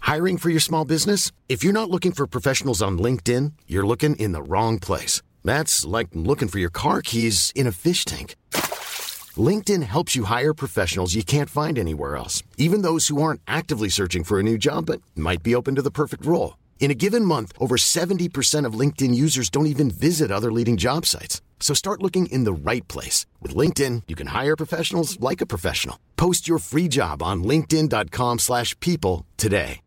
Hiring for your small business? If you're not looking for professionals on LinkedIn, you're looking in the wrong place. That's like looking for your car keys in a fish tank. LinkedIn helps you hire professionals you can't find anywhere else, even those who aren't actively searching for a new job but might be open to the perfect role. In a given month, over 70% of LinkedIn users don't even visit other leading job sites. So start looking in the right place. With LinkedIn, you can hire professionals like a professional. Post your free job on linkedin.com/people today.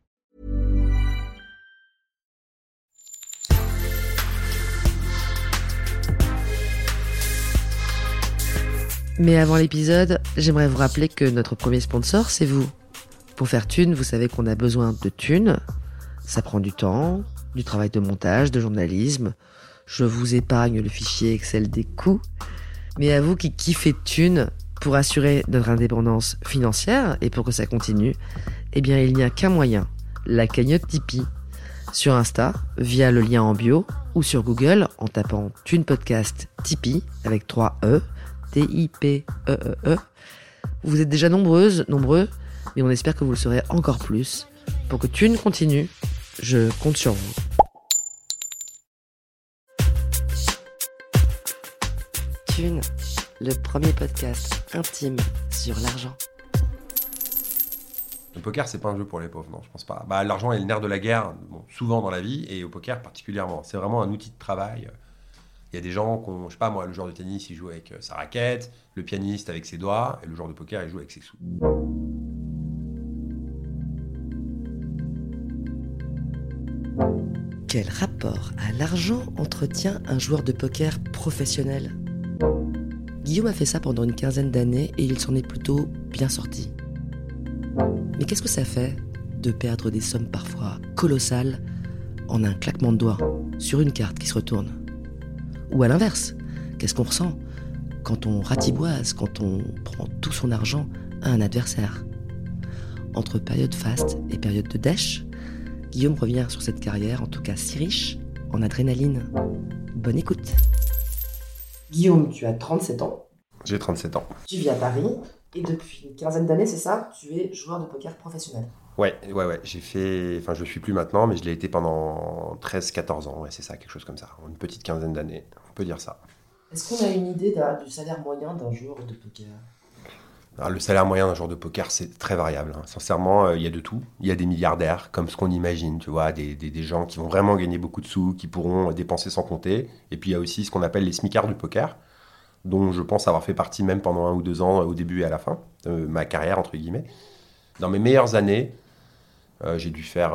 Mais avant l'épisode, j'aimerais vous rappeler que notre premier sponsor, c'est vous. Pour faire thune, vous savez qu'on a besoin de thunes. Ça prend du temps, du travail de montage, de journalisme. Je vous épargne le fichier Excel des coûts. Mais à vous qui kiffez thunes, pour assurer notre indépendance financière et pour que ça continue, eh bien il n'y a qu'un moyen, la cagnotte Tipeee. Sur Insta, via le lien en bio, ou sur Google en tapant Thune Podcast Tipeee avec 3 E. T-I-P-E-E-E. Vous êtes déjà nombreux, mais on espère que vous le serez encore plus. Pour que Thune continue, je compte sur vous. Thune, le premier podcast intime sur l'argent. Le poker, c'est pas un jeu pour les pauvres, non, je pense pas. L'argent est le nerf de la guerre, souvent dans la vie, et au poker particulièrement. C'est vraiment un outil de travail. Il y a des gens je sais pas moi, le joueur de tennis, il joue avec sa raquette, le pianiste avec ses doigts, et le joueur de poker, il joue avec ses sous. Quel rapport à l'argent entretient un joueur de poker professionnel ? Guillaume a fait ça pendant une quinzaine d'années et il s'en est plutôt bien sorti. Mais qu'est-ce que ça fait de perdre des sommes parfois colossales en un claquement de doigts sur une carte qui se retourne ? Ou à l'inverse, qu'est-ce qu'on ressent quand on ratiboise, quand on prend tout son argent à un adversaire ? Entre période faste et période de dèche, Guillaume revient sur cette carrière, en tout cas si riche, en adrénaline. Bonne écoute. Guillaume, tu as 37 ans. J'ai 37 ans. Tu vis à Paris et depuis une quinzaine d'années, c'est ça ? Tu es joueur de poker professionnel. Ouais. Je suis plus maintenant, mais je l'ai été pendant 13-14 ans. Ouais, c'est ça, quelque chose comme ça. Une petite quinzaine d'années, on peut dire ça. Est-ce qu'on a une idée du salaire moyen d'un joueur de poker ? Alors, le salaire moyen d'un joueur de poker, c'est très variable. Sincèrement, il y a de tout. Il y a des milliardaires, comme ce qu'on imagine, tu vois, des gens qui vont vraiment gagner beaucoup de sous, qui pourront dépenser sans compter. Et puis, il y a aussi ce qu'on appelle les smicards du poker, dont je pense avoir fait partie même pendant 1 ou 2 ans, au début et à la fin de ma carrière, entre guillemets. Dans mes meilleures années, j'ai dû faire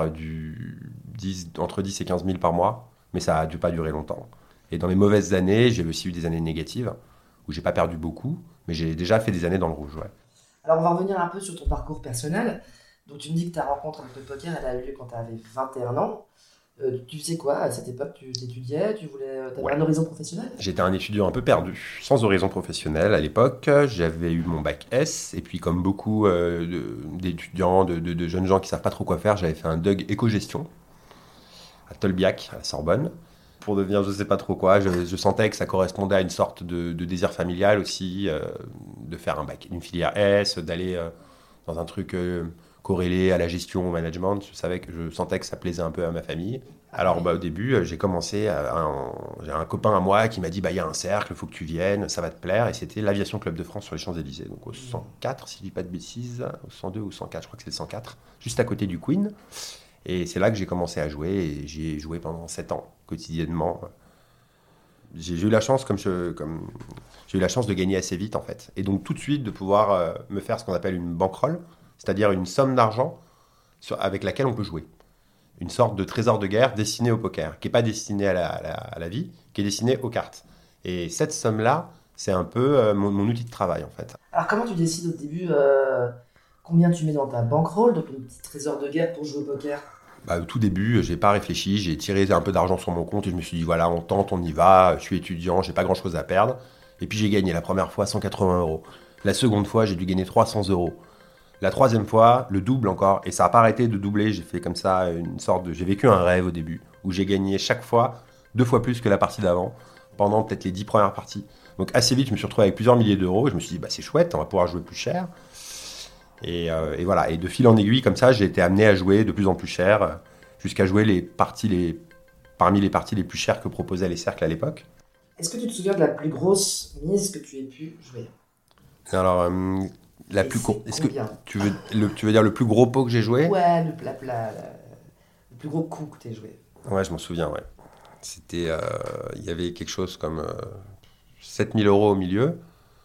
entre 10 et 15 000 par mois, mais ça n'a pas duré longtemps. Et dans mes mauvaises années, j'ai aussi eu des années négatives, où j'ai pas perdu beaucoup, mais j'ai déjà fait des années dans le rouge. Ouais. Alors on va revenir un peu sur ton parcours personnel. Donc tu me dis que ta rencontre avec le poker, elle a eu lieu quand tu avais 21 ans. Tu faisais quoi à cette époque ? Tu étudiais ? Tu avais un horizon professionnel ? J'étais un étudiant un peu perdu, sans horizon professionnel à l'époque. J'avais eu mon bac S, et puis comme beaucoup d'étudiants, de jeunes gens qui ne savent pas trop quoi faire, j'avais fait un DUG éco-gestion à Tolbiac, à la Sorbonne. Pour devenir je ne sais pas trop quoi, je sentais que ça correspondait à une sorte de désir familial aussi, de faire un bac, une filière S, d'aller dans un truc corrélé à la gestion, au management. Je sentais que ça plaisait un peu à ma famille. Alors au début, j'ai commencé, j'ai un copain à moi qui m'a dit il y a un cercle, il faut que tu viennes, ça va te plaire. Et c'était l'Aviation Club de France sur les Champs-Élysées, donc au 104, si je ne dis pas de bêtises, au 102 ou 104, je crois que c'est le 104, juste à côté du Queen. Et c'est là que j'ai commencé à jouer, et j'y ai joué pendant 7 ans, quotidiennement. J'ai eu la chance, j'ai eu la chance de gagner assez vite, en fait. Et donc, tout de suite, de pouvoir me faire ce qu'on appelle une bankroll, c'est-à-dire une somme d'argent avec laquelle on peut jouer. Une sorte de trésor de guerre destiné au poker, qui n'est pas destiné à la vie, qui est destiné aux cartes. Et cette somme-là, c'est un peu mon outil de travail, en fait. Alors, comment tu décides au début combien tu mets dans ta bankroll, donc un petit trésor de guerre pour jouer au poker ? Au tout début, j'ai pas réfléchi, j'ai tiré un peu d'argent sur mon compte et je me suis dit voilà, on tente, on y va, je suis étudiant, j'ai pas grand chose à perdre. Et puis j'ai gagné la première fois 180 €. La seconde fois, j'ai dû gagner 300 €. La troisième fois, le double encore, et ça n'a pas arrêté de doubler. J'ai fait comme ça j'ai vécu un rêve au début, où j'ai gagné chaque fois 2 fois plus que la partie d'avant, pendant peut-être les 10 premières parties. Donc assez vite, je me suis retrouvé avec plusieurs milliers d'euros, et je me suis dit c'est chouette, on va pouvoir jouer plus cher. Et voilà. Et de fil en aiguille, comme ça, j'ai été amené à jouer de plus en plus cher, jusqu'à jouer parmi les parties les plus chères que proposaient les cercles à l'époque. Est-ce que tu te souviens de la plus grosse mise que tu aies pu jouer? Alors, la Et plus c'est est-ce que combien? tu veux dire le plus gros pot que j'ai joué? Ouais, le plus gros coup que tu aies joué. Ouais, je m'en souviens, ouais. C'était, il y avait quelque chose comme 7 000 € au milieu.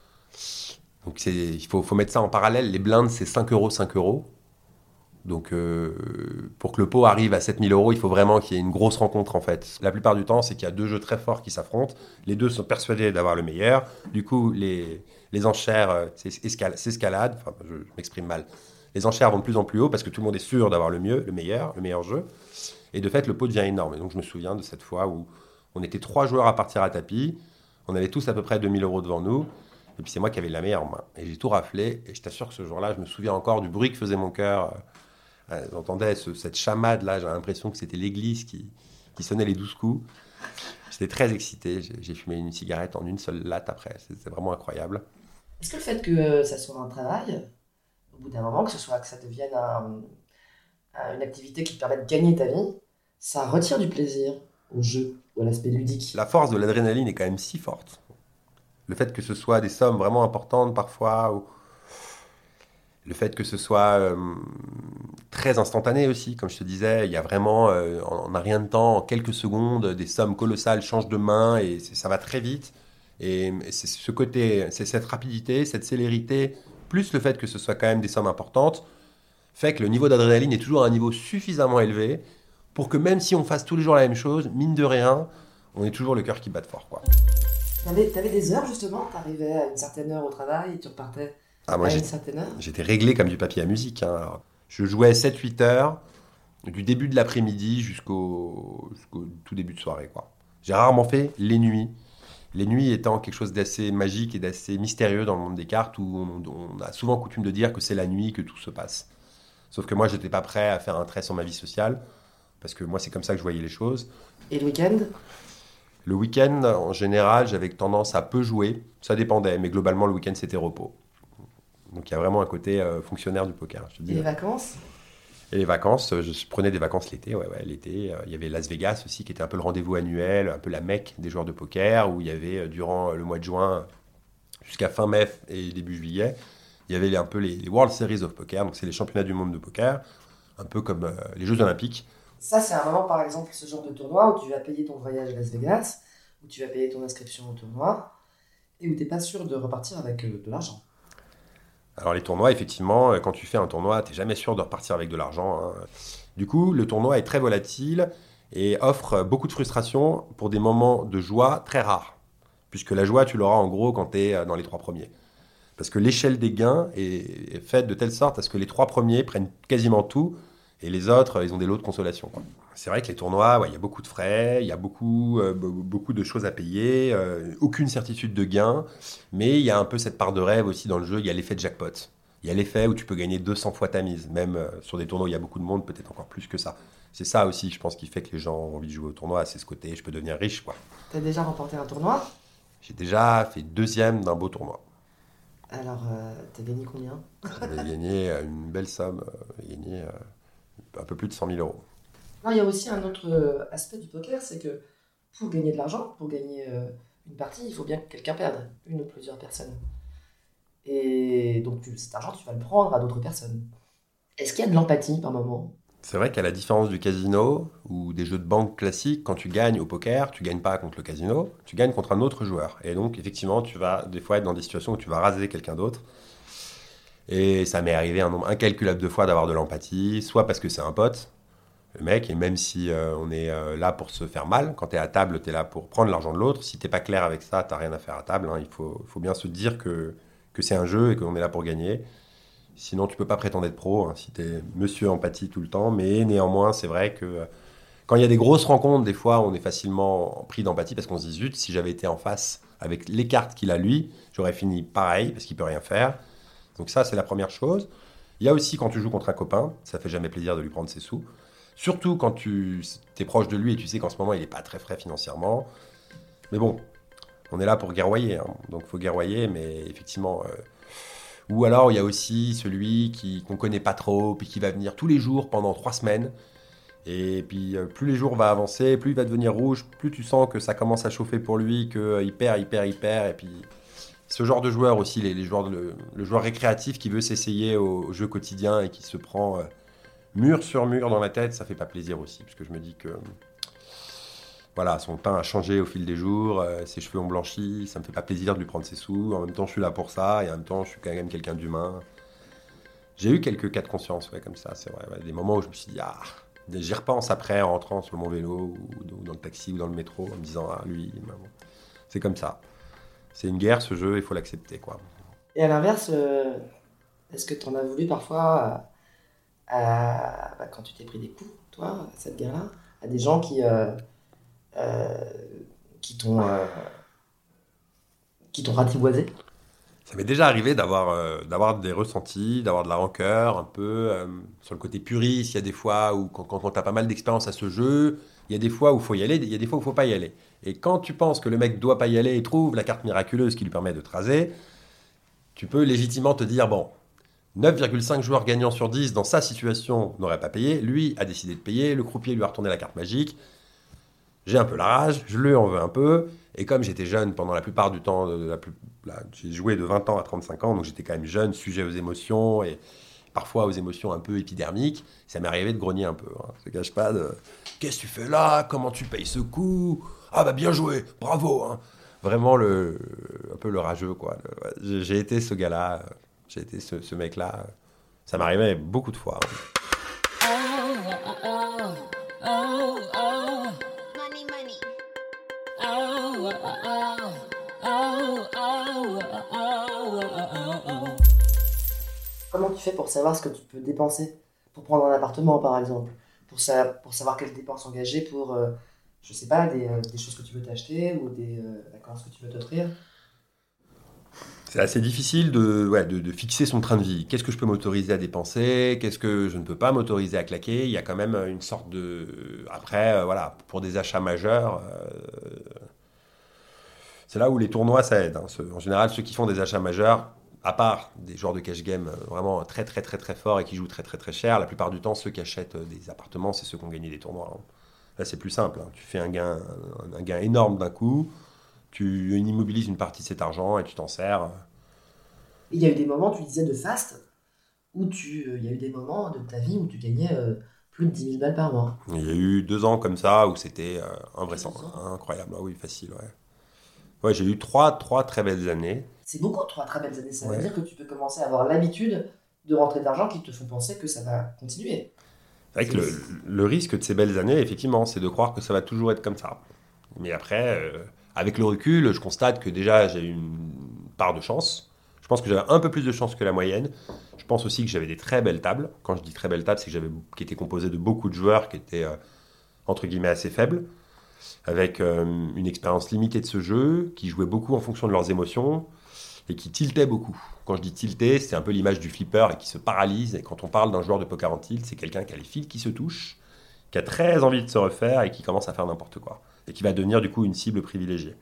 Donc il faut mettre ça en parallèle. Les blindes, c'est 5 euros, 5 euros. Donc pour que le pot arrive à 7 000 €, il faut vraiment qu'il y ait une grosse rencontre en fait. La plupart du temps, c'est qu'il y a deux jeux très forts qui s'affrontent. Les deux sont persuadés d'avoir le meilleur. Du coup, les enchères s'escaladent. Enfin, je m'exprime mal. Les enchères vont de plus en plus haut parce que tout le monde est sûr d'avoir le meilleur jeu. Et de fait, le pot devient énorme. Et donc je me souviens de cette fois où on était 3 joueurs à partir à tapis. On avait tous à peu près 2 000 € devant nous. Et puis c'est moi qui avais la meilleure main. Et j'ai tout raflé. Et je t'assure que ce jour-là, je me souviens encore du bruit que faisait mon cœur. J'entendais cette chamade-là. J'ai l'impression que c'était l'église qui sonnait les 12 coups. J'étais très excité. J'ai fumé une cigarette en une seule latte après. C'était vraiment incroyable. Est-ce que le fait que ça soit un travail, au bout d'un moment, que ça devienne une activité qui te permet de gagner ta vie, ça retire du plaisir au jeu ou à l'aspect ludique? La force de l'adrénaline est quand même si forte. Le fait que ce soit des sommes vraiment importantes parfois, ou le fait que ce soit très instantané aussi, comme je te disais, il y a vraiment, en un rien de temps, en quelques secondes, des sommes colossales changent de main et ça va très vite. Et c'est ce côté, c'est cette rapidité, cette célérité, plus le fait que ce soit quand même des sommes importantes, fait que le niveau d'adrénaline est toujours à un niveau suffisamment élevé pour que même si on fasse tous les jours la même chose, mine de rien, on ait toujours le cœur qui bat fort, quoi. T'avais des heures justement? T'arrivais à une certaine heure au travail et tu repartais Moi, à une certaine heure? j'étais réglé comme du papier à musique, hein. Alors, je jouais 7-8 heures, du début de l'après-midi jusqu'au tout début de soirée, quoi. J'ai rarement fait les nuits. Les nuits étant quelque chose d'assez magique et d'assez mystérieux dans le monde des cartes, où on a souvent coutume de dire que c'est la nuit que tout se passe. Sauf que moi, j'étais pas prêt à faire un trait sur ma vie sociale, parce que moi, c'est comme ça que je voyais les choses. Et le week-end? Le week-end, en général, j'avais tendance à peu jouer. Ça dépendait, mais globalement, le week-end, c'était repos. Donc, il y a vraiment un côté fonctionnaire du poker, je te dis. Et les vacances? Et les vacances, je prenais des vacances l'été. Ouais, l'été. Il y avait Las Vegas aussi, qui était un peu le rendez-vous annuel, un peu la mecque des joueurs de poker, où il y avait, durant le mois de juin, jusqu'à fin mai et début juillet, il y avait un peu les World Series of Poker. Donc, c'est les championnats du monde de poker, un peu comme les Jeux Olympiques. Ça, c'est un moment, par exemple, ce genre de tournoi où tu vas payer ton voyage à Las Vegas, où tu vas payer ton inscription au tournoi, et où tu n'es pas sûr de repartir avec de l'argent. Alors les tournois, effectivement, quand tu fais un tournoi, tu n'es jamais sûr de repartir avec de l'argent, hein. Du coup, le tournoi est très volatile et offre beaucoup de frustration pour des moments de joie très rares. Puisque la joie, tu l'auras en gros quand tu es dans les 3 premiers. Parce que l'échelle des gains est faite de telle sorte à ce que les 3 premiers prennent quasiment tout et les autres, ils ont des lots de consolation, quoi. C'est vrai que les tournois, il y a beaucoup de frais, il y a beaucoup de choses à payer, aucune certitude de gain, mais il y a un peu cette part de rêve aussi dans le jeu, il y a l'effet de jackpot. Il y a l'effet où tu peux gagner 200 fois ta mise, même sur des tournois où il y a beaucoup de monde, peut-être encore plus que ça. C'est ça aussi, je pense, qui fait que les gens ont envie de jouer au tournoi, c'est ce côté, je peux devenir riche, quoi. Tu as déjà remporté un tournoi? J'ai déjà fait 2e d'un beau tournoi. Alors, tu as gagné combien? J'ai gagné une belle somme, j'ai gagné un peu plus de 100 000 €. Non, il y a aussi un autre aspect du poker, c'est que pour gagner de l'argent, pour gagner une partie, il faut bien que quelqu'un perde, une ou plusieurs personnes. Et donc cet argent, tu vas le prendre à d'autres personnes. Est-ce qu'il y a de l'empathie par moment? C'est vrai qu'à la différence du casino ou des jeux de banque classiques, quand tu gagnes au poker, tu gagnes pas contre le casino, tu gagnes contre un autre joueur. Et donc, effectivement, tu vas des fois être dans des situations où tu vas raser quelqu'un d'autre. Et ça m'est arrivé un nombre incalculable de fois d'avoir de l'empathie, soit parce que c'est un pote, le mec, et même si on est là pour se faire mal, quand tu es à table, tu es là pour prendre l'argent de l'autre. Si tu n'es pas clair avec ça, tu n'as rien à faire à table, hein. Il faut bien se dire que c'est un jeu et qu'on est là pour gagner. Sinon, tu peux pas prétendre être pro, hein, si tu es monsieur empathie tout le temps. Mais néanmoins, c'est vrai que quand il y a des grosses rencontres, des fois, on est facilement pris d'empathie parce qu'on se dit zut, si j'avais été en face avec les cartes qu'il a lui, j'aurais fini pareil parce qu'il peut rien faire. Donc ça, c'est la première chose. Il y a aussi quand tu joues contre un copain, ça fait jamais plaisir de lui prendre ses sous. Surtout quand tu es proche de lui et tu sais qu'en ce moment, il n'est pas très frais financièrement. Mais bon, on est là pour guerroyer, hein. Donc il faut guerroyer, mais effectivement, Ou alors il y a aussi celui qu'on connaît pas trop, puis qui va venir tous les jours pendant 3 semaines. Et puis plus les jours vont avancer, plus il va devenir rouge, plus tu sens que ça commence à chauffer pour lui, qu'il perd. Et puis ce genre de joueur aussi, les joueurs, le joueur récréatif qui veut s'essayer au jeu quotidien et qui se prend mur sur mur dans la tête, ça fait pas plaisir aussi. Parce que je me dis que voilà, son teint a changé au fil des jours, ses cheveux ont blanchi, ça me fait pas plaisir de lui prendre ses sous. En même temps, je suis là pour ça, et en même temps, je suis quand même quelqu'un d'humain. J'ai eu quelques cas de conscience, ouais, comme ça, c'est vrai. Ouais, des moments où je me suis dit, j'y repense après, en rentrant sur mon vélo, ou dans le taxi, ou dans le métro, en me disant, lui, bon, c'est comme ça. C'est une guerre, ce jeu, il faut l'accepter, quoi. Et à l'inverse, est-ce que tu en as voulu parfois, quand tu t'es pris des coups, toi, à cette guerre-là, à des gens qui t'ont ratiboisé? Ça m'est déjà arrivé d'avoir des ressentis, d'avoir de la rancœur, un peu sur le côté puriste. Il y a des fois où, quand tu as pas mal d'expérience à ce jeu, il y a des fois où il faut y aller, il y a des fois où il ne faut pas y aller. Et quand tu penses que le mec doit pas y aller et trouve la carte miraculeuse qui lui permet de te raser, tu peux légitimement te dire, bon, 9,5 joueurs gagnants sur 10 dans sa situation n'auraient pas payé. Lui a décidé de payer, le croupier lui a retourné la carte magique. J'ai un peu la rage, je lui en veux un peu. Et comme j'étais jeune pendant la plupart du temps, j'ai joué de 20 ans à 35 ans, donc j'étais quand même jeune, sujet aux émotions et parfois aux émotions un peu épidermiques, ça m'est arrivé de grogner un peu. Je ne cache pas de « Qu'est-ce que tu fais là? Comment tu payes ce coup? Ah bah bien joué, bravo !» Vraiment un peu le rageux, quoi. J'ai été ce gars-là, j'ai été ce mec-là. Ça m'arrivait beaucoup de fois. Comment tu fais pour savoir ce que tu peux dépenser pour prendre un appartement, par exemple, pour savoir quelles dépenses engager pour, je sais pas, des choses que tu veux t'acheter ou des vacances que tu veux t'offrir? C'est assez difficile de fixer son train de vie. Qu'est-ce que je peux m'autoriser à dépenser? Qu'est-ce que je ne peux pas m'autoriser à claquer? Il y a quand même une sorte de... Après, voilà, pour des achats majeurs, c'est là où les tournois, ça aide. En général, ceux qui font des achats majeurs, à part des joueurs de cash game vraiment très très très très forts et qui jouent très très très cher, la plupart du temps, ceux qui achètent des appartements, c'est ceux qui ont gagné des tournois. Là, c'est plus simple. Tu fais un gain énorme d'un coup, tu immobilises une partie de cet argent et tu t'en sers. Il y a eu des moments, tu disais, de fast, où il y a eu des moments de ta vie où tu gagnais plus de 10 000 balles par mois. Il y a eu 2 ans comme ça où c'était invraisemblable, incroyable. Ah oui, facile, ouais. Ouais, j'ai eu trois très belles années. C'est beaucoup, 3 très belles années. Ça veut Ouais. dire que tu peux commencer à avoir l'habitude de rentrer d'argent qui te font penser que ça va continuer. C'est vrai que le risque de ces belles années, effectivement, c'est de croire que ça va toujours être comme ça. Mais après, avec le recul, je constate que déjà, j'ai eu une part de chance. Je pense que j'avais un peu plus de chance que la moyenne. Je pense aussi que j'avais des très belles tables. Quand je dis très belles tables, c'est que qui étaient composées de beaucoup de joueurs qui étaient, entre guillemets, assez faibles, avec une expérience limitée de ce jeu, qui jouaient beaucoup en fonction de leurs émotions et qui tiltaient beaucoup. Quand je dis tilter, c'est un peu l'image du flipper et qui se paralyse. Et quand on parle d'un joueur de poker en tilt, c'est quelqu'un qui a les fils qui se touchent, qui a très envie de se refaire et qui commence à faire n'importe quoi. Et qui va devenir du coup une cible privilégiée.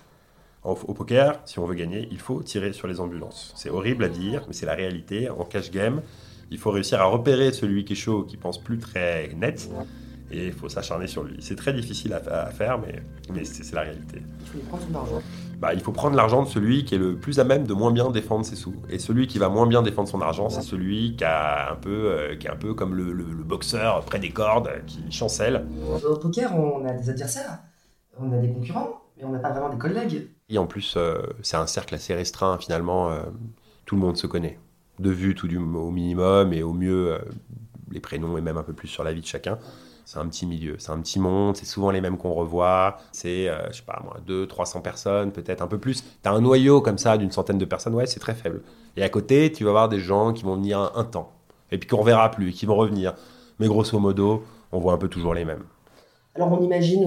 Au poker, si on veut gagner, il faut tirer sur les ambulances. C'est horrible à dire, mais c'est la réalité. En cash game, il faut réussir à repérer celui qui est chaud, qui pense plus très net, et il faut s'acharner sur lui. C'est très difficile à faire, mais c'est la réalité. Il faut y prendre son argent. Il faut prendre l'argent de celui qui est le plus à même de moins bien défendre ses sous. Et celui qui va moins bien défendre son argent, c'est celui qui est un peu comme le boxeur près des cordes, qui chancelle. Au poker, on a des adversaires, on a des concurrents, mais on n'a pas vraiment des collègues. Et en plus, c'est un cercle assez restreint, finalement. Tout le monde se connaît. De vue, au minimum, et au mieux, les prénoms et même un peu plus sur la vie de chacun. C'est un petit milieu, c'est un petit monde, c'est souvent les mêmes qu'on revoit. C'est, je sais pas moi, 200-300 personnes, peut-être un peu plus. T'as un noyau comme ça d'une centaine de personnes, ouais, c'est très faible. Et à côté, tu vas avoir des gens qui vont venir un temps, et puis qu'on verra plus, et qui vont revenir. Mais grosso modo, on voit un peu toujours les mêmes. Alors on imagine,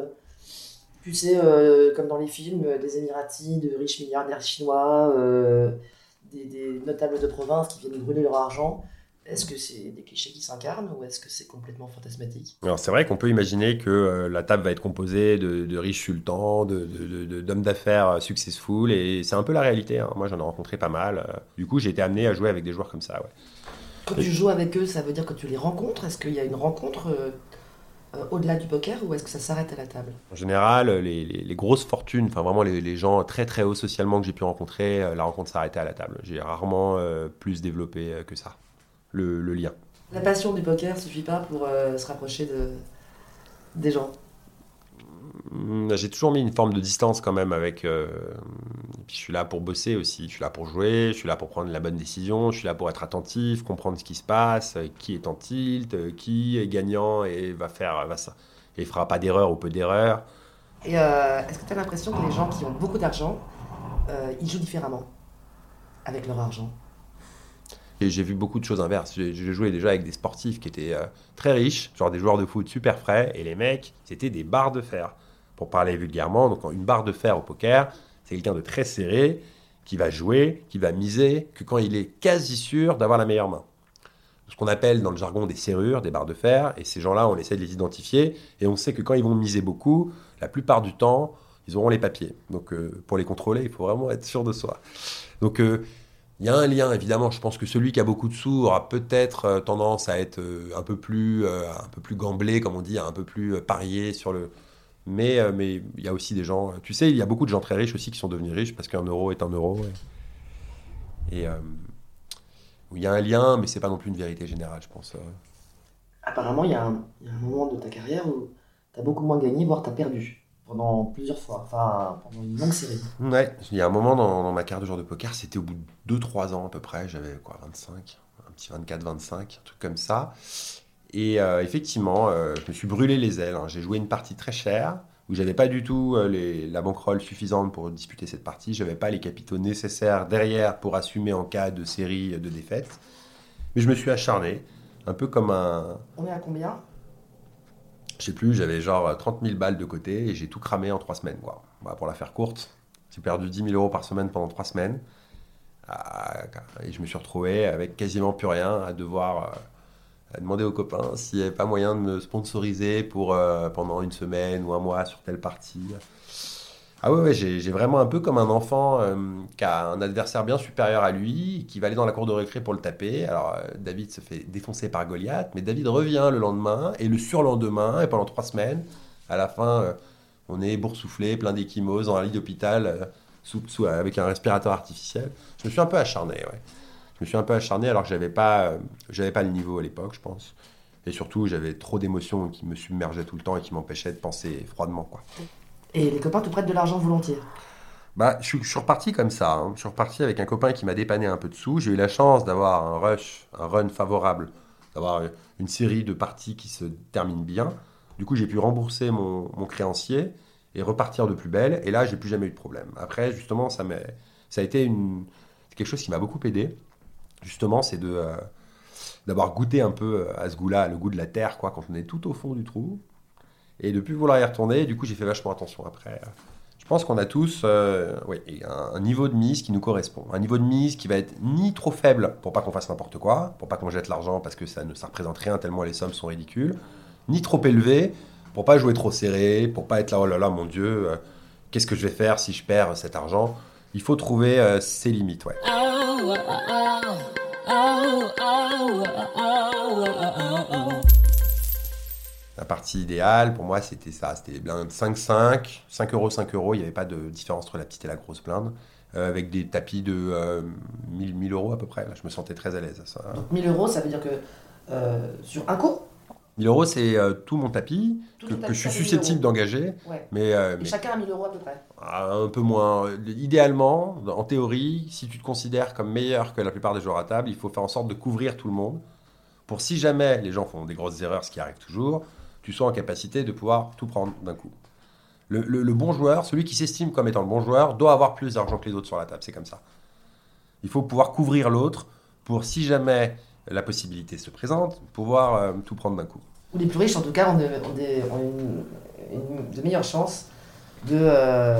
tu sais, comme dans les films, des Émiratis, de riches milliardaires chinois, des notables de province qui viennent brûler leur argent. Est-ce que c'est des clichés qui s'incarnent ou est-ce que c'est complètement fantasmatique? Alors c'est vrai qu'on peut imaginer que la table va être composée de riches sultans, d'hommes d'affaires successful, et c'est un peu la réalité, hein. Moi j'en ai rencontré pas mal. Du coup j'ai été amené à jouer avec des joueurs comme ça, ouais. Quand tu joues avec eux, ça veut dire que tu les rencontres? Est-ce qu'il y a une rencontre au-delà du poker ou est-ce que ça s'arrête à la table? En général, les grosses fortunes, enfin vraiment les gens très très hauts socialement que j'ai pu rencontrer, la rencontre s'arrêtait à la table. J'ai rarement plus développé que ça, le lien. La passion du poker suffit pas pour se rapprocher des gens. J'ai toujours mis une forme de distance quand même avec. Puis je suis là pour bosser aussi, je suis là pour jouer, je suis là pour prendre la bonne décision, je suis là pour être attentif, comprendre ce qui se passe, qui est en tilt, qui est gagnant et et fera pas d'erreur ou peu d'erreurs. Et est-ce que tu as l'impression que les gens qui ont beaucoup d'argent, ils jouent différemment avec leur argent? Et j'ai vu beaucoup de choses inverses. J'ai joué déjà avec des sportifs qui étaient très riches, genre des joueurs de foot super frais, et les mecs, c'était des barres de fer. Pour parler vulgairement, donc une barre de fer au poker, c'est quelqu'un de très serré, qui va jouer, qui va miser, que quand il est quasi sûr d'avoir la meilleure main. Ce qu'on appelle dans le jargon des serrures, des barres de fer, et ces gens-là, on essaie de les identifier, et on sait que quand ils vont miser beaucoup, la plupart du temps, ils auront les papiers. Donc pour les contrôler, il faut vraiment être sûr de soi. Donc il y a un lien, évidemment. Je pense que celui qui a beaucoup de sous aura peut-être tendance à être un peu plus gamblé, comme on dit, un peu plus parié sur le... Mais il y a aussi des gens... Tu sais, il y a beaucoup de gens très riches aussi qui sont devenus riches parce qu'un euro est un euro. Et il y a un lien, mais c'est pas non plus une vérité générale, je pense. Apparemment, il y a un moment de ta carrière où tu as beaucoup moins gagné, voire tu as perdu pendant plusieurs fois, enfin pendant une longue série. Ouais, il y a un moment dans ma carrière de joueur de poker, c'était au bout de 2-3 ans à peu près, j'avais quoi, 25, un petit 24-25, un truc comme ça. Et effectivement, je me suis brûlé les ailes, hein. J'ai joué une partie très chère, où j'avais pas du tout la bankroll suffisante pour disputer cette partie, j'avais pas les capitaux nécessaires derrière pour assumer en cas de série de défaites. Mais je me suis acharné, un peu comme un... On est à combien? Je sais plus, j'avais genre 30 000 balles de côté et j'ai tout cramé en 3 semaines, quoi. Voilà, pour la faire courte, j'ai perdu 10 000 euros par semaine pendant 3 semaines. Et je me suis retrouvé avec quasiment plus rien à devoir demander aux copains s'il n'y avait pas moyen de me sponsoriser pour pendant une semaine ou un mois sur telle partie. Ah ouais, j'ai vraiment un peu comme un enfant qui a un adversaire bien supérieur à lui, qui va aller dans la cour de récré pour le taper. Alors David se fait défoncer par Goliath, mais David revient le lendemain et le surlendemain, et pendant 3 semaines, à la fin, on est boursouflé, plein d'échymoses, dans un lit d'hôpital, avec un respirateur artificiel. Je me suis un peu acharné, ouais. Je me suis un peu acharné alors que j'avais pas le niveau à l'époque, je pense. Et surtout, j'avais trop d'émotions qui me submergeaient tout le temps et qui m'empêchaient de penser froidement, quoi. Et les copains te prêtent de l'argent volontiers? Bah, je suis reparti comme ça, hein. Je suis reparti avec un copain qui m'a dépanné un peu de sous. J'ai eu la chance d'avoir un run favorable, d'avoir une série de parties qui se terminent bien. Du coup, j'ai pu rembourser mon créancier et repartir de plus belle. Et là, j'ai plus jamais eu de problème. Après, justement, ça a été c'est quelque chose qui m'a beaucoup aidé. Justement, c'est d'avoir goûté un peu à ce goût-là, le goût de la terre, quoi, quand on est tout au fond du trou. Et de plus vouloir y retourner, du coup, j'ai fait vachement attention après. Je pense qu'on a tous un niveau de mise qui nous correspond. Un niveau de mise qui va être ni trop faible pour pas qu'on fasse n'importe quoi, pour pas qu'on jette l'argent parce que ça représente rien tellement les sommes sont ridicules, ni trop élevé pour pas jouer trop serré, pour pas être là, oh là là, mon Dieu, qu'est-ce que je vais faire si je perds cet argent? Il faut trouver ses limites, ouais. La partie idéale, pour moi, c'était ça. C'était les blindes 5-5, 5 euros, 5 euros. Il n'y avait pas de différence entre la petite et la grosse blinde. Avec des tapis de 1000 euros à peu près. Là, je me sentais très à l'aise. Ça. Donc 1000 euros, ça veut dire que sur un coup? 1000 euros, c'est tout mon tapis que je suis susceptible d'engager. Ouais. Mais et chacun a 1000 euros à peu près? Un peu moins. Idéalement, en théorie, si tu te considères comme meilleur que la plupart des joueurs à table, il faut faire en sorte de couvrir tout le monde. Pour si jamais les gens font des grosses erreurs, ce qui arrive toujours, tu sois en capacité de pouvoir tout prendre d'un coup. Le bon joueur, celui qui s'estime comme étant le bon joueur, doit avoir plus d'argent que les autres sur la table. C'est comme ça. Il faut pouvoir couvrir l'autre pour, si jamais la possibilité se présente, pouvoir tout prendre d'un coup. Ou les plus riches, en tout cas, ont de meilleures chances de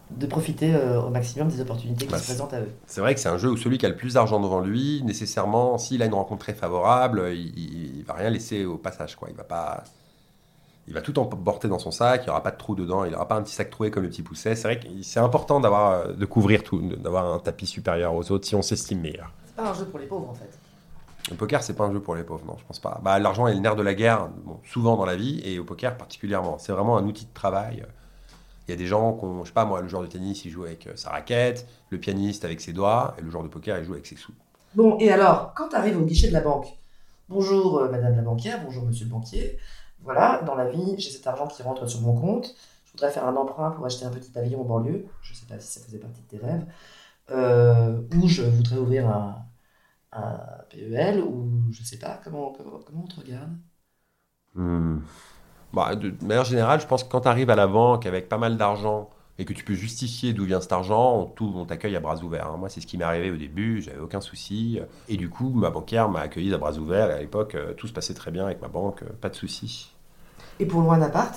de profiter au maximum des opportunités qui Bah, se présentent à eux. c'est vrai que c'est un jeu où celui qui a le plus d'argent devant lui, nécessairement, s'il a une rencontre très favorable, il va rien laisser au passage, quoi. Il va tout emporter dans son sac, il n'y aura pas de trou dedans, il n'aura pas un petit sac troué comme le petit pousset. C'est vrai que c'est important de couvrir tout, d'avoir un tapis supérieur aux autres si on s'estime meilleur. C'est pas un jeu pour les pauvres en fait. Le poker, c'est pas un jeu pour les pauvres, non, je pense pas. Bah, l'argent est le nerf de la guerre, bon, souvent dans la vie, et au poker particulièrement. C'est vraiment un outil de travail. Il y a des gens qui ont, je sais pas moi, le joueur de tennis, il joue avec sa raquette, le pianiste avec ses doigts, et le joueur de poker, il joue avec ses sous. Bon, et alors, quand tu arrives au guichet de la banque, bonjour madame la banquière, bonjour monsieur le banquier, voilà, dans la vie, j'ai cet argent qui rentre sur mon compte, je voudrais faire un emprunt pour acheter un petit pavillon en banlieue, je sais pas si ça faisait partie de tes rêves, ou je voudrais ouvrir un PEL, ou je sais pas, comment on te regarde? Hmm. Bah, de manière générale, je pense que quand tu arrives à la banque avec pas mal d'argent et que tu peux justifier d'où vient cet argent, on t'accueille à bras ouverts, hein. Moi, c'est ce qui m'est arrivé au début, j'avais aucun souci. Et du coup, ma banquière m'a accueilli à bras ouverts. Et à l'époque, tout se passait très bien avec ma banque, pas de souci. Et pour louer un appart,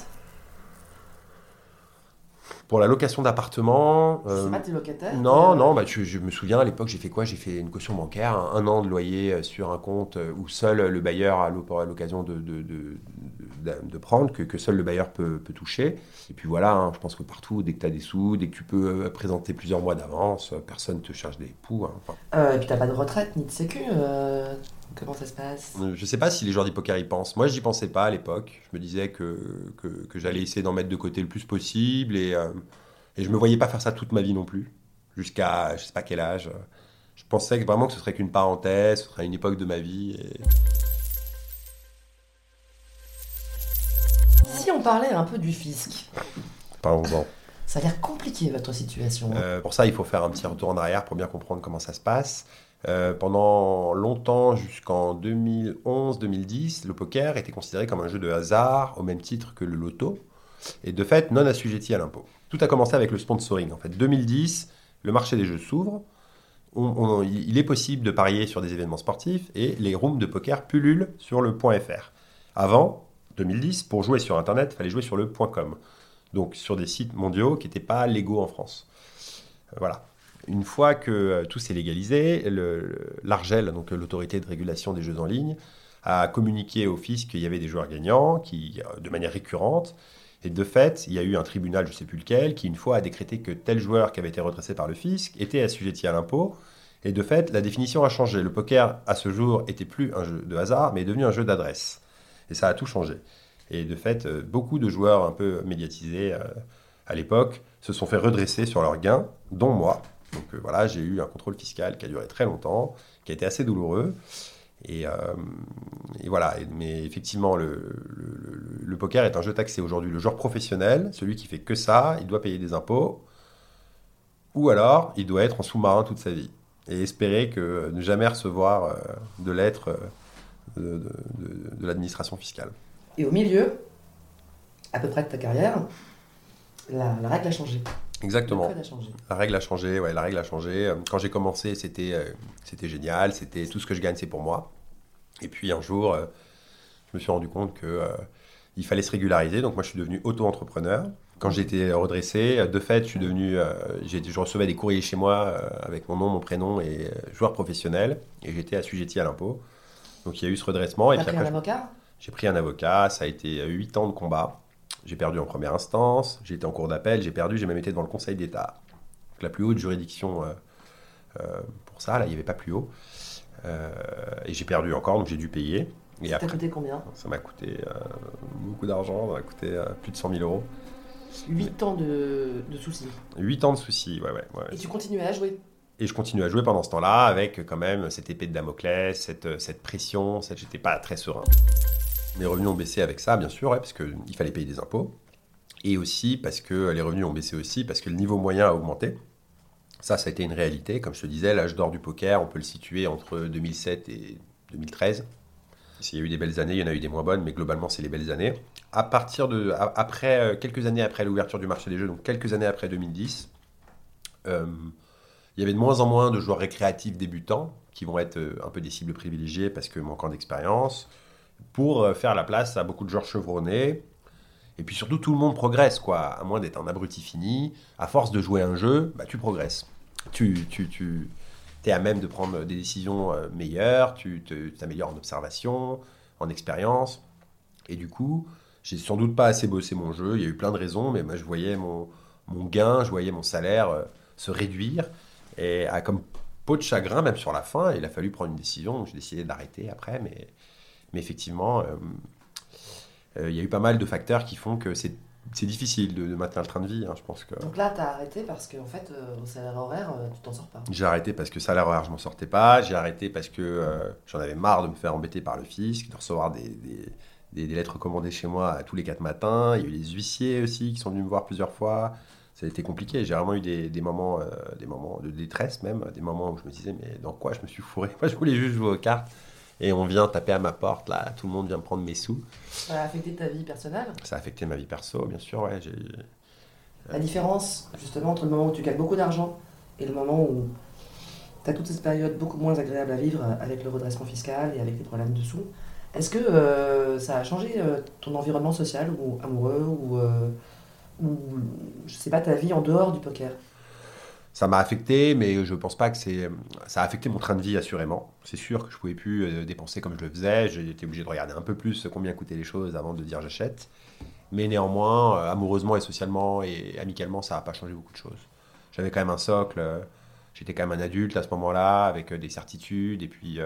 Pour la location d'appartement, c'est pas tes locataires non, non, bah, je me souviens à l'époque, j'ai fait quoi? J'ai fait une caution bancaire, un an de loyer sur un compte où seul le bailleur a l'occasion de prendre, que seul le bailleur peut toucher. Et puis voilà, hein, je pense que partout, dès que tu as des sous, dès que tu peux présenter plusieurs mois d'avance, personne ne te charge des poux, hein. Enfin, et puis t'as pas de retraite ni de sécu, comment ça se passe? je sais pas si les joueurs d'hypocar y pensent. Moi, j'y pensais pas à l'époque. Je me disais que j'allais essayer d'en mettre de côté le plus possible et je me voyais pas faire ça toute ma vie non plus, jusqu'à je sais pas quel âge. Je pensais vraiment que ce serait qu'une parenthèse, ce serait une époque de ma vie. Si on parlait un peu du fisc, Parlons-en. ça a l'air compliqué votre situation. Pour ça, il faut faire un petit retour en arrière pour bien comprendre comment ça se passe. Pendant longtemps, jusqu'en 2011-2010, le poker était considéré comme un jeu de hasard au même titre que le loto et de fait non assujetti à l'impôt. Tout a commencé avec le sponsoring. En fait, 2010, le marché des jeux s'ouvre. Il est possible de parier sur des événements sportifs et les rooms de poker pullulent sur le .fr. Avant 2010, pour jouer sur Internet, il fallait jouer sur le .com. Donc sur des sites mondiaux qui n'étaient pas légaux en France. Voilà. Une fois que tout s'est légalisé, l'ARJEL, donc l'autorité de régulation des jeux en ligne, a communiqué au fisc qu'il y avait des joueurs gagnants de manière récurrente. Et de fait, il y a eu un tribunal, je ne sais plus lequel, qui une fois a décrété que tel joueur qui avait été redressé par le fisc était assujetti à l'impôt. Et de fait, la définition a changé. Le poker, à ce jour, était plus un jeu de hasard, mais est devenu un jeu d'adresse. Et ça a tout changé. Et de fait, beaucoup de joueurs un peu médiatisés à l'époque se sont fait redresser sur leurs gains, dont moi. Donc voilà, j'ai eu un contrôle fiscal qui a duré très longtemps, qui a été assez douloureux. Et voilà, mais effectivement, le poker est un jeu taxé aujourd'hui. Le joueur professionnel, celui qui fait que ça, il doit payer des impôts, ou alors il doit être en sous-marin toute sa vie et espérer ne jamais recevoir de lettres de l'administration fiscale. Et au milieu, à peu près de ta carrière, la règle a changé. Exactement. Le code a changé. La règle a changé, ouais, la règle a changé. Quand j'ai commencé, c'était génial, c'était tout ce que je gagne, c'est pour moi. Et puis un jour, je me suis rendu compte qu'il fallait se régulariser. Donc moi, je suis devenu auto-entrepreneur. Quand j'ai été redressé, de fait, je recevais des courriers chez moi avec mon nom, mon prénom et joueur professionnel. Et j'étais assujetti à l'impôt. Donc il y a eu ce redressement. T'as pris un avocat? J'ai pris un avocat, ça a été 8 ans de combat. J'ai perdu en première instance, j'ai été en cours d'appel, j'ai perdu, j'ai même été devant le Conseil d'État. Donc, la plus haute juridiction pour ça, là, il n'y avait pas plus haut. Et j'ai perdu encore, donc j'ai dû payer. Et Ça t'a coûté combien? Ça m'a coûté beaucoup d'argent, ça m'a coûté plus de 100 000 euros. 8 ans de soucis. 8 ans de soucis, ouais. Et tu continuais à jouer? Et je continue à jouer pendant ce temps-là avec quand même cette épée de Damoclès, cette pression, j'étais pas très serein. Mes revenus ont baissé avec ça, bien sûr, ouais, parce qu'il fallait payer des impôts. Et aussi parce que les revenus ont baissé aussi, parce que le niveau moyen a augmenté. Ça a été une réalité. Comme je te disais, l'âge d'or du poker, on peut le situer entre 2007 et 2013. S'il y a eu des belles années, il y en a eu des moins bonnes, mais globalement, c'est les belles années. Quelques années après l'ouverture du marché des jeux, donc quelques années après 2010, il y avait de moins en moins de joueurs récréatifs débutants, qui vont être un peu des cibles privilégiées parce que manquant d'expérience, pour faire la place à beaucoup de joueurs chevronnés. Et puis surtout, tout le monde progresse, quoi. À moins d'être un abruti fini, à force de jouer un jeu, bah, tu progresses. Tu es à même de prendre des décisions meilleures, tu t'améliores en observation, en expérience. Et du coup, j'ai sans doute pas assez bossé mon jeu. Il y a eu plein de raisons, mais moi, je voyais mon gain, je voyais mon salaire se réduire. Et comme peau de chagrin, même sur la fin, il a fallu prendre une décision. Donc j'ai décidé d'arrêter après. Mais effectivement, il y a eu pas mal de facteurs qui font que c'est difficile de maintenir le train de vie, hein, je pense que... Donc là, tu as arrêté parce qu'en fait, au salaire horaire, tu t'en sors pas. J'ai arrêté parce que salaire horaire, je m'en sortais pas. J'ai arrêté parce que j'en avais marre de me faire embêter par le fisc, de recevoir des lettres commandées chez moi tous les 4 matins. Il y a eu les huissiers aussi qui sont venus me voir plusieurs fois. Ça a été compliqué. J'ai vraiment eu des moments de détresse même, des moments où je me disais mais dans quoi je me suis fourré. Moi, je voulais juste jouer aux cartes et on vient taper à ma porte, là, tout le monde vient me prendre mes sous. Ça a affecté ta vie personnelle? Ça a affecté ma vie perso, bien sûr, ouais. La différence, justement, entre le moment où tu gagnes beaucoup d'argent et le moment où tu as toute cette période beaucoup moins agréable à vivre avec le redressement fiscal et avec les problèmes de sous, est-ce que ça a changé ton environnement social ou amoureux ou, je sais pas, ta vie en dehors du poker? Ça m'a affecté, mais je pense pas que ça a affecté mon train de vie, assurément. C'est sûr que je pouvais plus dépenser comme je le faisais. J'étais obligé de regarder un peu plus combien coûtaient les choses avant de dire j'achète. Mais néanmoins, amoureusement et socialement et amicalement, ça n'a pas changé beaucoup de choses. J'avais quand même un socle. J'étais quand même un adulte à ce moment-là, avec des certitudes. Et puis,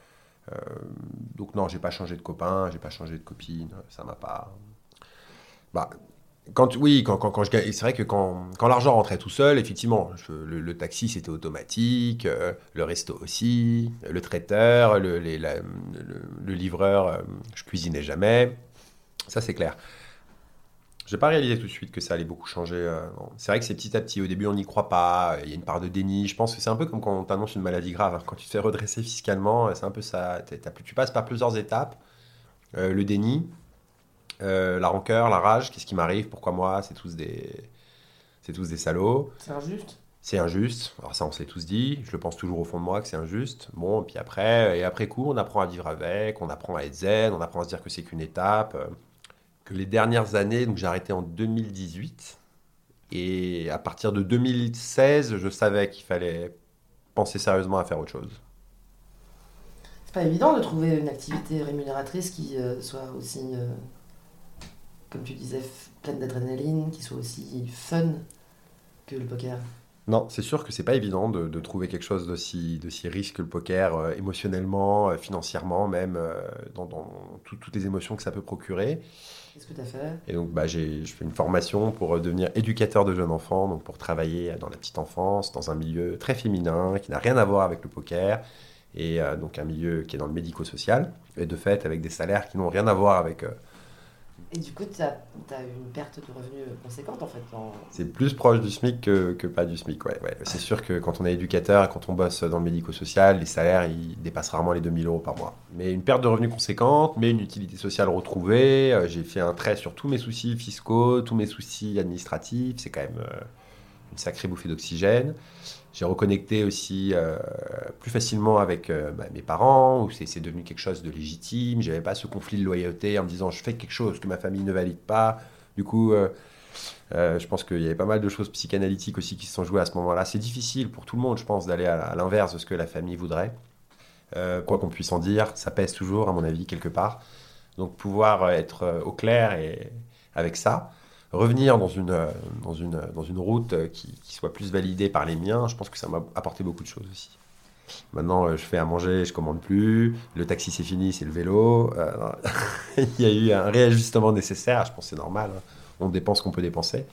donc non, j'ai pas changé de copain, j'ai pas changé de copine. Ça m'a pas... Bah, quand je gagne, c'est vrai que quand l'argent rentrait tout seul, effectivement, le taxi c'était automatique, le resto aussi, le traiteur, le livreur, je cuisinais jamais, ça c'est clair. Je n'ai pas réalisé tout de suite que ça allait beaucoup changer. Non. C'est vrai que c'est petit à petit, au début on n'y croit pas, il y a une part de déni, je pense que c'est un peu comme quand on t'annonce une maladie grave, hein. Quand tu te fais redresser fiscalement, c'est un peu ça, tu passes par plusieurs étapes, le déni. La rancœur, la rage, qu'est-ce qui m'arrive, pourquoi moi, c'est tous des salauds. C'est injuste? C'est injuste, alors ça on s'est tous dit, je le pense toujours au fond de moi que c'est injuste. Bon, et puis après coup, on apprend à vivre avec, on apprend à être zen, on apprend à se dire que c'est qu'une étape. Que les dernières années, donc j'ai arrêté en 2018, et à partir de 2016, je savais qu'il fallait penser sérieusement à faire autre chose. C'est pas évident de trouver une activité rémunératrice qui soit aussi... comme tu disais, pleine d'adrénaline, qui soit aussi fun que le poker. Non, c'est sûr que c'est pas évident de trouver quelque chose d'aussi riche que le poker, émotionnellement, financièrement, même dans toutes les émotions que ça peut procurer. Qu'est-ce que tu as fait? Et donc, je fais une formation pour devenir éducateur de jeunes enfants, donc pour travailler dans la petite enfance, dans un milieu très féminin, qui n'a rien à voir avec le poker, et donc un milieu qui est dans le médico-social, et de fait avec des salaires qui n'ont rien à voir avec... Et du coup, tu as eu une perte de revenus conséquente en fait. C'est plus proche du SMIC que pas du SMIC, ouais. C'est sûr que quand on est éducateur et quand on bosse dans le médico-social, les salaires ils dépassent rarement les 2 000 € par mois. Mais une perte de revenus conséquente, mais une utilité sociale retrouvée. J'ai fait un trait sur tous mes soucis fiscaux, tous mes soucis administratifs. C'est quand même une sacrée bouffée d'oxygène. J'ai reconnecté aussi plus facilement avec mes parents, où c'est devenu quelque chose de légitime. J'avais pas ce conflit de loyauté en me disant je fais quelque chose que ma famille ne valide pas. Du coup, je pense qu'il y avait pas mal de choses psychanalytiques aussi qui se sont jouées à ce moment-là. C'est difficile pour tout le monde, je pense, d'aller à l'inverse de ce que la famille voudrait. Quoi qu'on puisse en dire, ça pèse toujours, à mon avis, quelque part. Donc pouvoir être au clair et avec ça, revenir dans une route qui soit plus validée par les miens, je pense que ça m'a apporté beaucoup de choses aussi. Maintenant, je fais à manger, je commande plus. Le taxi, c'est fini, c'est le vélo. Il y a eu un réajustement nécessaire. Je pense que c'est normal, hein. On dépense ce qu'on peut dépenser.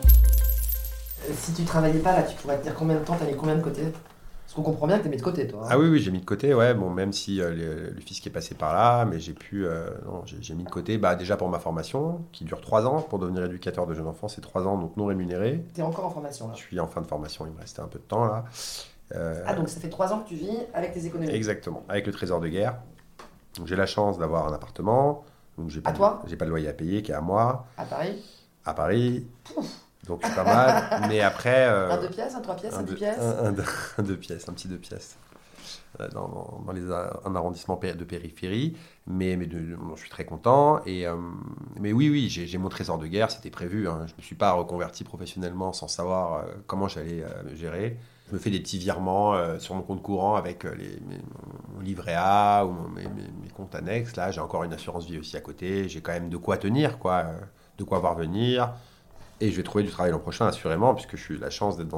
Si tu travaillais pas là, tu pourrais te dire combien de temps, t'as mis combien de côté? Parce qu'on comprend bien que t'as mis de côté, toi. Hein. Ah oui, j'ai mis de côté, ouais. Bon, même si le fisc est passé par là, mais j'ai mis de côté, déjà pour ma formation, qui dure 3 ans. Pour devenir éducateur de jeunes enfants, c'est 3 ans, donc non rémunéré. T'es encore en formation, là? Je suis en fin de formation, il me restait un peu de temps, là. Donc ça fait 3 ans que tu vis avec tes économies? Exactement, avec le trésor de guerre. Donc j'ai la chance d'avoir un appartement. Donc j'ai pas de loyer à payer, qui est à moi. À Paris? À Paris. Pouf. Donc c'est pas mal. Mais après... un 2 pièces, un 3 pièces, un 10 pièces? Un 2 pièces, un petit 2 pièces. un arrondissement de périphérie, mais je suis très content. Mais oui, j'ai mon trésor de guerre, c'était prévu. Hein. Je ne me suis pas reconverti professionnellement sans savoir comment j'allais gérer. Je me fais des petits virements sur mon compte courant avec mon livret A ou mes comptes annexes. Là, j'ai encore une assurance vie aussi à côté. J'ai quand même de quoi tenir, de quoi voir venir. Et je vais trouver du travail l'an prochain, assurément, puisque je suis la chance d'être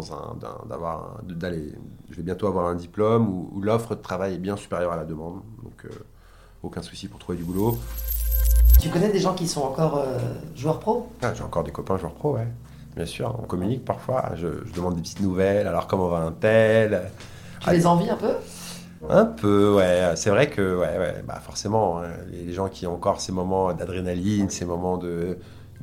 je vais bientôt avoir un diplôme où l'offre de travail est bien supérieure à la demande. Donc, aucun souci pour trouver du boulot. Tu connais des gens qui sont encore joueurs pro ? J'ai encore des copains joueurs pro, ouais. Bien sûr, on communique parfois. Je demande des petites nouvelles. Alors, comment va un tel ? Tu les envies un peu ? Un peu, ouais. C'est vrai que, forcément, hein, les gens qui ont encore ces moments d'adrénaline, ces moments de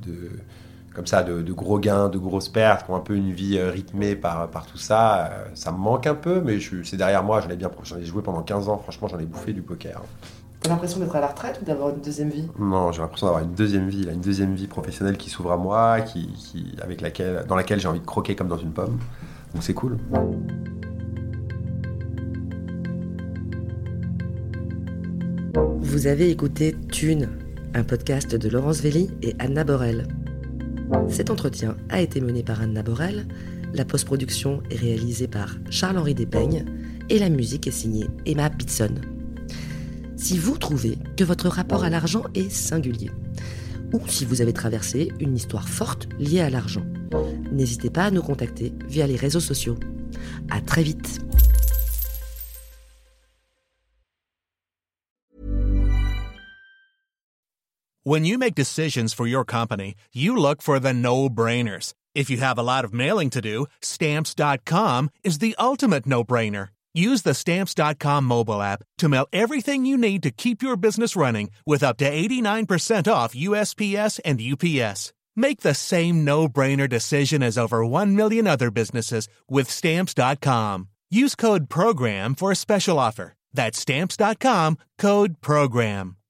gros gains, de grosses pertes, qui ont un peu une vie rythmée par tout ça, ça me manque un peu, mais c'est derrière moi, j'en ai joué pendant 15 ans, franchement j'en ai bouffé du poker. T'as l'impression d'être à la retraite ou d'avoir une deuxième vie ? Non, j'ai l'impression d'avoir une deuxième vie professionnelle qui s'ouvre à moi, dans laquelle j'ai envie de croquer comme dans une pomme, donc c'est cool. Vous avez écouté Thune, un podcast de Laurence Velli et Anna Borel. Cet entretien a été mené par Anna Borel, la post-production est réalisée par Charles-Henri Despeignes et la musique est signée Emma Pitson. Si vous trouvez que votre rapport à l'argent est singulier, ou si vous avez traversé une histoire forte liée à l'argent, n'hésitez pas à nous contacter via les réseaux sociaux. À très vite. When you make decisions for your company, you look for the no-brainers. If you have a lot of mailing to do, Stamps.com is the ultimate no-brainer. Use the Stamps.com mobile app to mail everything you need to keep your business running with up to 89% off USPS and UPS. Make the same no-brainer decision as over 1 million other businesses with Stamps.com. Use code PROGRAM for a special offer. That's Stamps.com, code PROGRAM.